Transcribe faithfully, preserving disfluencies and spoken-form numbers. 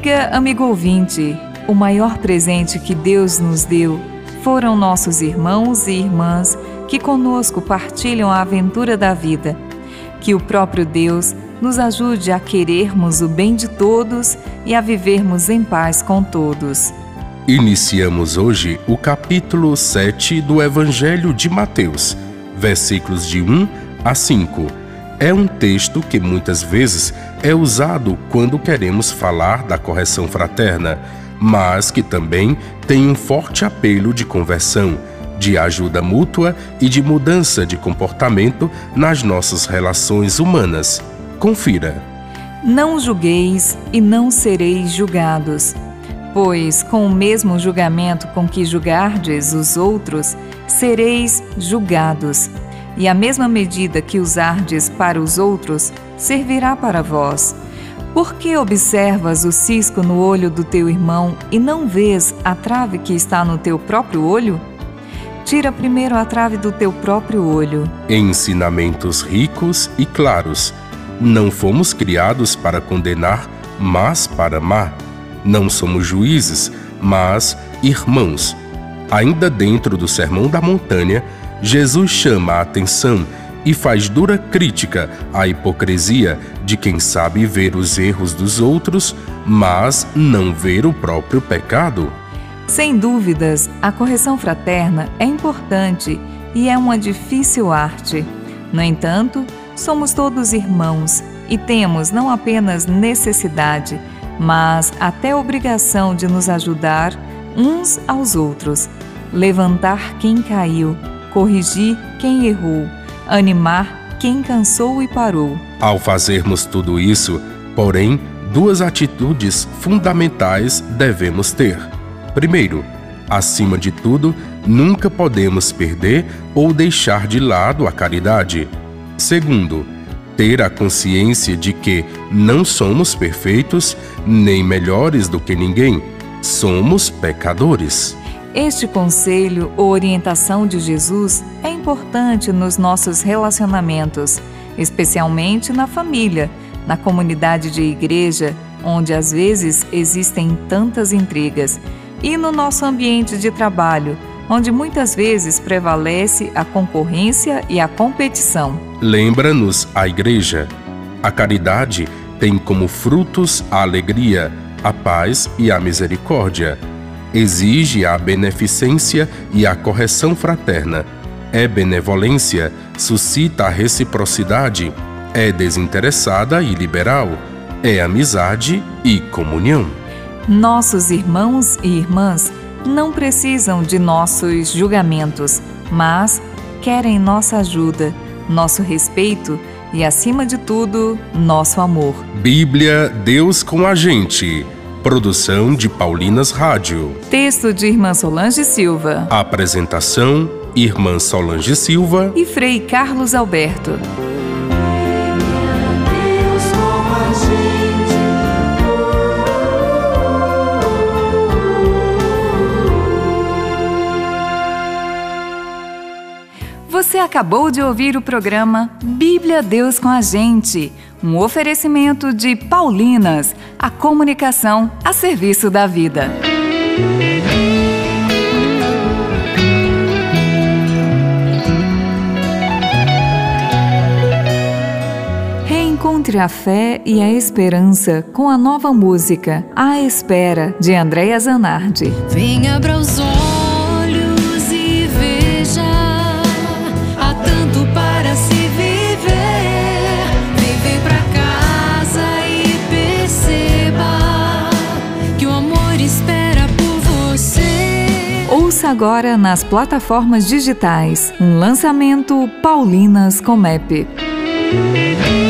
Amiga, amigo ouvinte, o maior presente que Deus nos deu foram nossos irmãos e irmãs que conosco partilham a aventura da vida. Que o próprio Deus nos ajude a querermos o bem de todos e a vivermos em paz com todos. Iniciamos hoje o capítulo sete do Evangelho de Mateus, versículos de um a cinco. É um texto que muitas vezes é usado quando queremos falar da correção fraterna, mas que também tem um forte apelo de conversão, de ajuda mútua e de mudança de comportamento nas nossas relações humanas. Confira. Não julgueis e não sereis julgados, pois com o mesmo julgamento com que julgardes os outros, sereis julgados. E a mesma medida que usardes para os outros, servirá para vós. Por que observas o cisco no olho do teu irmão e não vês a trave que está no teu próprio olho? Tira primeiro a trave do teu próprio olho. Ensinamentos ricos e claros. Não fomos criados para condenar, mas para amar. Não somos juízes, mas irmãos. Ainda dentro do Sermão da Montanha, Jesus chama a atenção e faz dura crítica à hipocrisia de quem sabe ver os erros dos outros, mas não ver o próprio pecado. Sem dúvidas, a correção fraterna é importante e é uma difícil arte. No entanto, somos todos irmãos e temos não apenas necessidade, mas até obrigação de nos ajudar uns aos outros, levantar quem caiu, corrigir quem errou, animar quem cansou e parou. Ao fazermos tudo isso, porém, duas atitudes fundamentais devemos ter. Primeiro, acima de tudo, nunca podemos perder ou deixar de lado a caridade. Segundo, ter a consciência de que não somos perfeitos nem melhores do que ninguém. Somos pecadores. Este conselho ou orientação de Jesus é importante nos nossos relacionamentos, especialmente na família, na comunidade de igreja, onde às vezes existem tantas intrigas, e no nosso ambiente de trabalho, onde muitas vezes prevalece a concorrência e a competição. Lembra-nos a igreja. A caridade tem como frutos a alegria, a paz e a misericórdia. Exige a beneficência e a correção fraterna. É benevolência, suscita a reciprocidade, é desinteressada e liberal, é amizade e comunhão. Nossos irmãos e irmãs não precisam de nossos julgamentos, mas querem nossa ajuda, nosso respeito e, acima de tudo, nosso amor. Bíblia, Deus com a gente. Produção de Paulinas Rádio. Texto de Irmã Solange Silva. Apresentação, Irmã Solange Silva e Frei Carlos Alberto. Deus com a gente. Você acabou de ouvir o programa Bíblia Deus com a gente, um oferecimento de Paulinas, a comunicação a serviço da vida. Reencontre a fé e a esperança com a nova música A Espera, de Andréa Zanardi. Vem, abra os olhos e veja, há tanto para se viver. Vem, vem pra casa e perceba que o amor espera por você. Ouça agora nas plataformas digitais um lançamento Paulinas Comep.